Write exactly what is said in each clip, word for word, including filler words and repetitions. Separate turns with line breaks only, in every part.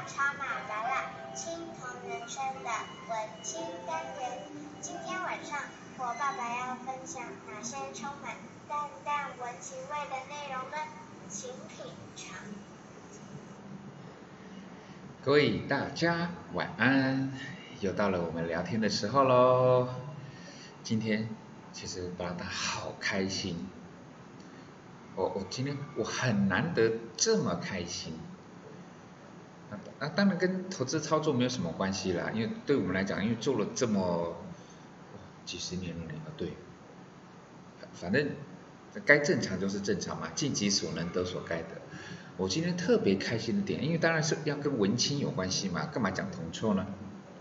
超马来了，青铜人生的文青单元。今天晚上我爸爸要分享哪些充满淡淡文情味的内容呢？请品尝。
各位大家晚安，又到了我们聊天的时候喽。今天其实巴拉达好开心，我我今天我很难得这么开心。那当然跟投资操作没有什么关系啦，因为对我们来讲，因为做了这么几十年了呢，对，反正该正常就是正常嘛，尽己所能得所该得。我今天特别开心的点，因为当然是要跟文青有关系嘛，干嘛讲铜臭呢？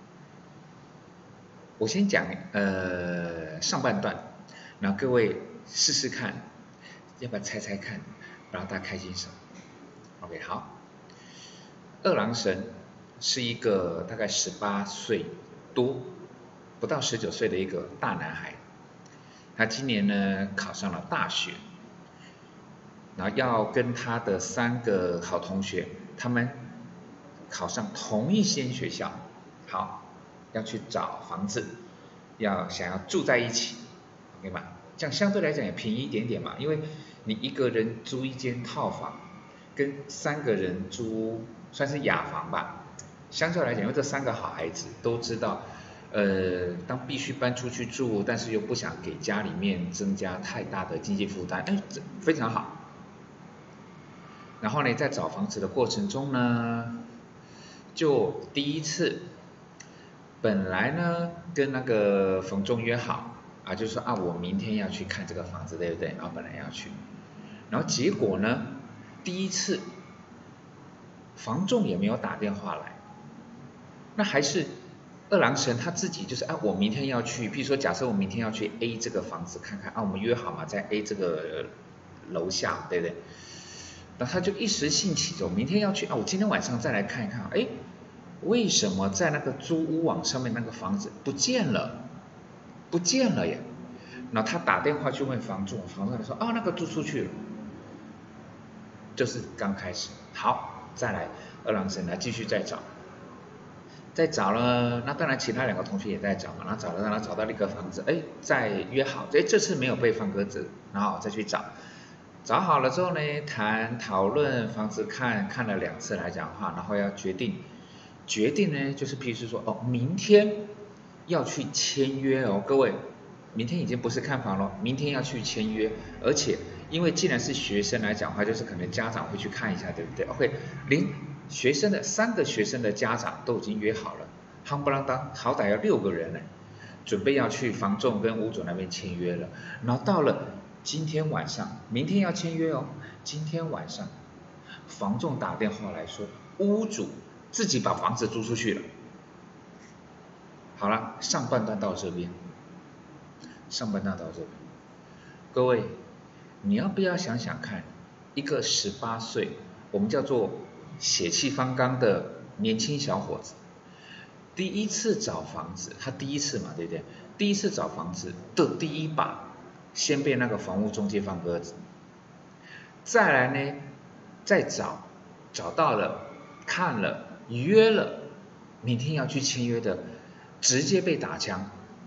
我先讲呃上半段，然后各位试试看，要不要猜猜看，然后大家开心什么 ？OK， 好。二郎神是一个大概十八岁多，不到十九岁的一个大男孩。他今年呢考上了大学，然后要跟他的三个好同学，他们考上同一间学校，好，要去找房子，要想要住在一起 ，OK 吗？这样相对来讲也便宜一点点嘛，因为你一个人租一间套房，跟三个人租算是雅房吧，相较来讲，因为这三个好孩子都知道，呃，当必须搬出去住，但是又不想给家里面增加太大的经济负担，哎，这非常好。然后呢，在找房子的过程中呢，就第一次，本来呢跟那个房仲约好啊，就说啊，我明天要去看这个房子，对不对？然后本来要去，然后结果呢，第一次房仲也没有打电话来，那还是二郎神他自己就是啊，我明天要去，譬如说假设我明天要去 A 这个房子看看啊，我们约好嘛，在 A 这个楼下，对不对？那他就一时兴起，我明天要去啊，我今天晚上再来看一看，哎，为什么在那个租屋网上面那个房子不见了？不见了耶！然后他打电话去问房仲，房仲说啊，那个租出去了。就是刚开始，好，再来，二郎神来继续再找，再找了，那当然其他两个同学也在找嘛，然后找了，让他找到了一个房子，哎，再约好，哎，这次没有被放鸽子，然后再去找，找好了之后呢，谈讨论房子看看了两次来讲话，然后要决定，决定呢就是譬如说，哦，明天要去签约哦，各位，明天已经不是看房了，明天要去签约，而且因为既然是学生来讲的话，就是可能家长会去看一下，对不对 ？OK， 连学生的三个学生的家长都已经约好了，夯不啷当，好歹要六个人呢，准备要去房仲跟屋主那边签约了。然后到了今天晚上，明天要签约哦，今天晚上房仲打电话来说，屋主自己把房子租出去了。好了，上半段到这边，上半段到这边，各位。你要不要想想看，一个十八岁，我们叫做血气方刚的年轻小伙子，第一次找房子，他第一次嘛，对不对？第一次找房子的第一把，先被那个房屋中介放鸽子，再来呢，再找，找到了，看了，约了，明天要去签约的，直接被打枪，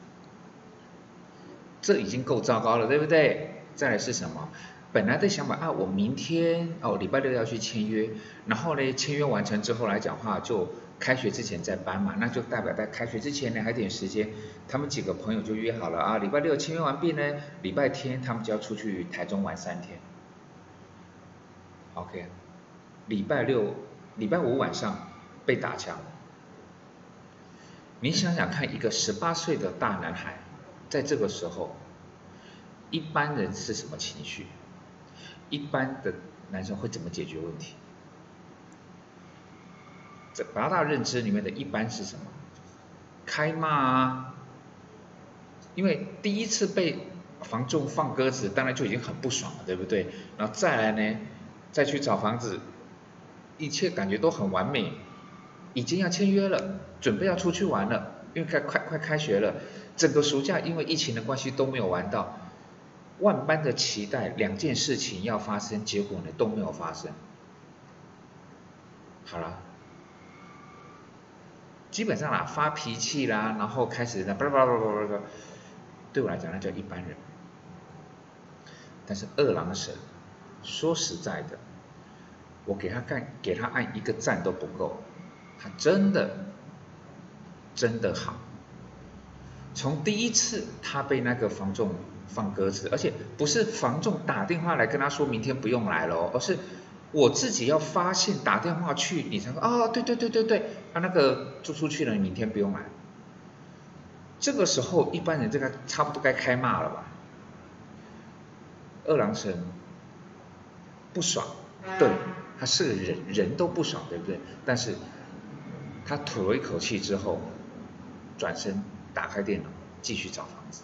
这已经够糟糕了，对不对？再来是什么？本来的想法啊，我明天哦，礼拜六要去签约，然后呢，签约完成之后来讲话，就开学之前再搬嘛，那就代表在开学之前呢还有点时间，他们几个朋友就约好了啊，礼拜六签约完毕呢，礼拜天他们就要出去台中玩三天。OK， 礼拜六、礼拜五晚上被打枪，你想想看，一个十八岁的大男孩，在这个时候。一般人是什么情绪？一般的男生会怎么解决问题？在八大认知里面的一般是什么？开骂啊！因为第一次被房仲放鸽子，当然就已经很不爽了，对不对？然后再来呢，再去找房子，一切感觉都很完美，已经要签约了，准备要出去玩了，因为快快快开学了，整个暑假因为疫情的关系都没有玩到。万般的期待，两件事情要发生，结果呢都没有发生。好了， 基本上啦，发脾气啦，然后开始那叭叭叭叭叭叭，对我来讲那叫一般人。但是二郎神，说实在的，我给他干给他按一个赞都不够，他真的真的好。从第一次他被那个房仲放鸽子，而且不是房仲打电话来跟他说明天不用来了，而是我自己要发现打电话去，你才说啊，对对对对对，他、啊、那个租出去了，你明天不用来。这个时候一般人这个差不多该开骂了吧？二郎神不爽，对，他是个人，人都不爽，对不对？但是他吐了一口气之后，转身打开电脑，继续找房子。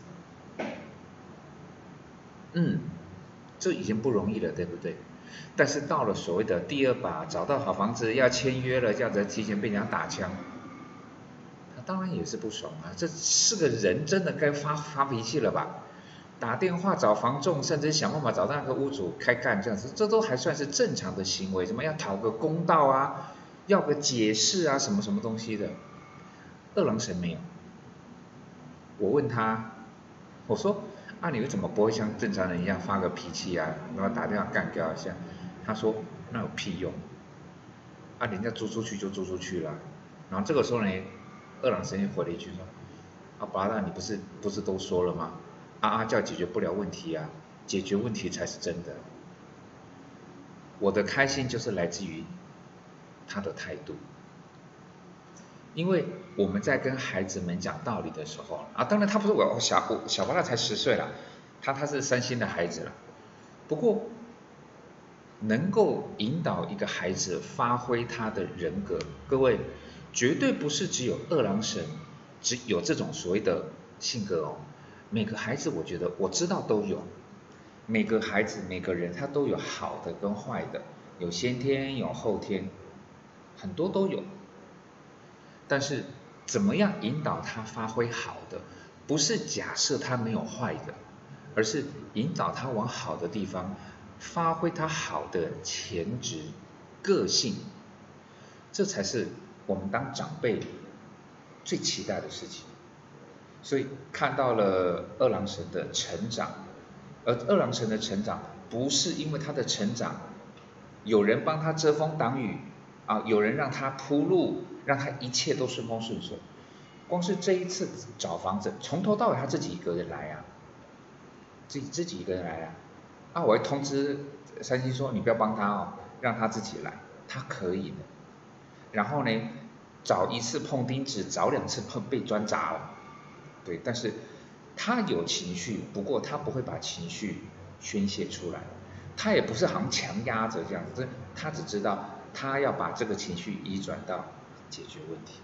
嗯，这已经不容易了，对不对？但是到了所谓的第二把，找到好房子要签约了，这样子提前被人家打枪，他当然也是不爽啊！这是个人，真的该发发脾气了吧？打电话找房仲，甚至想办法找到那个屋主开干，这样子，这都还算是正常的行为。什么要讨个公道啊，要个解释啊，什么什么东西的。二郎神没有。我问他，我说啊，你为什么不会像正常人一样发个脾气啊，然后打电话干掉一下？他说那有屁用？啊，人家租出去就租出去了。然后这个时候呢，二郎神也回了一句说，啊，巴拉，你不是不是都说了吗？啊啊叫解决不了问题啊，解决问题才是真的。我的开心就是来自于他的态度。因为我们在跟孩子们讲道理的时候啊，当然他不是我小小巴拉才十岁了，他他是三星的孩子了。不过能够引导一个孩子发挥他的人格，各位绝对不是只有二郎神只有这种所谓的性格哦。每个孩子我觉得我知道都有，每个孩子每个人他都有好的跟坏的，有先天有后天，很多都有。但是怎么样引导他发挥好的，不是假设他没有坏的，而是引导他往好的地方，发挥他好的潜质、个性，这才是我们当长辈最期待的事情。所以看到了二郎神的成长，而二郎神的成长不是因为他的成长有人帮他遮风挡雨啊，有人让他铺路，让他一切都顺风顺水。光是这一次找房子，从头到尾他自己一个人来啊，自己自己一个人来啊。啊，我会通知三星说，你不要帮他哦，让他自己来，他可以的。然后呢，找一次碰钉子，找两次碰被砖砸了，对，但是他有情绪，不过他不会把情绪宣泄出来，他也不是好像强压着这样子，他只知道他要把这个情绪移转到解决问题。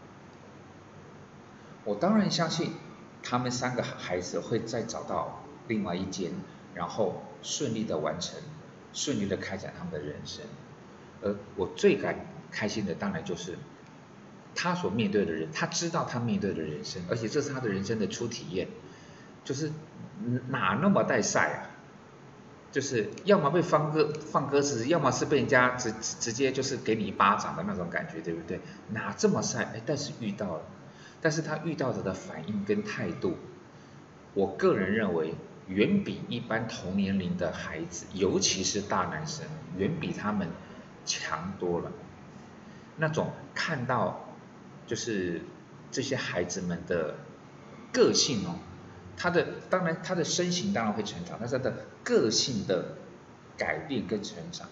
我当然相信他们三个孩子会再找到另外一间，然后顺利的完成，顺利的开展他们的人生。而我最感开心的当然就是他所面对的人，他知道他面对的人生，而且这是他的人生的初体验，就是哪那么带赛啊，就是要么被放鸽放鸽子，要么是被人家直直接就是给你一巴掌的那种感觉，对不对？哪这么赛？哎，但是遇到了。但是他遇到的反应跟态度，我个人认为远比一般同年龄的孩子，尤其是大男生，远比他们强多了。那种看到就是这些孩子们的个性哦，他的当然他的身形当然会成长，但是他的个性的改变跟成长，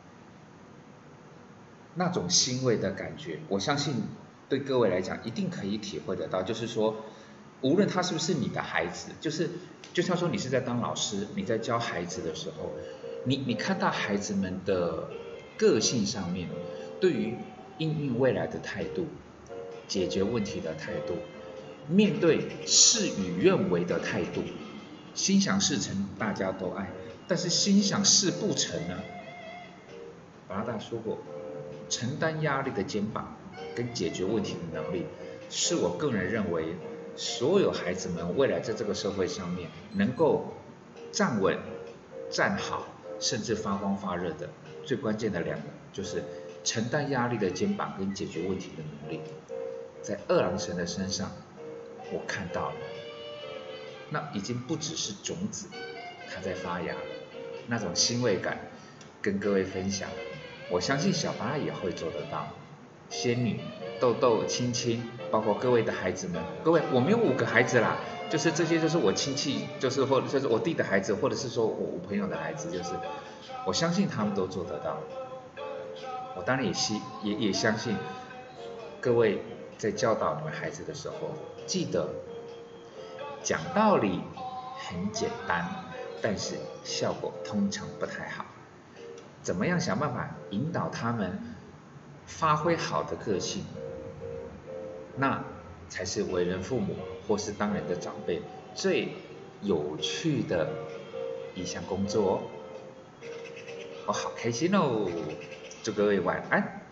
那种欣慰的感觉，我相信对各位来讲一定可以体会得到。就是说无论他是不是你的孩子，就是就像说你是在当老师，你在教孩子的时候，你你看到孩子们的个性上面，对于因应未来的态度，解决问题的态度，面对事与愿违的态度，心想事成大家都爱，但是心想事不成呢？巴拉达说过，承担压力的肩膀跟解决问题的能力，是我个人认为所有孩子们未来在这个社会上面能够站稳、站好，甚至发光发热的最关键的两个，就是承担压力的肩膀跟解决问题的能力。 在二郎神的身上，我看到了，那已经不只是种子，它在发芽了，那种欣慰感，跟各位分享，我相信小八也会做得到。仙女、豆豆、青青，包括各位的孩子们，各位，我们有五个孩子啦，就是这些就是我亲戚，就是或者就是我弟的孩子，或者是说我我朋友的孩子，就是我相信他们都做得到。我当然也希也也相信各位在教导你们孩子的时候，记得讲道理很简单，但是效果通常不太好。怎么样想办法引导他们发挥好的个性，那才是为人父母或是当人的长辈最有趣的一项工作哦。我好开心哦，祝各位晚安。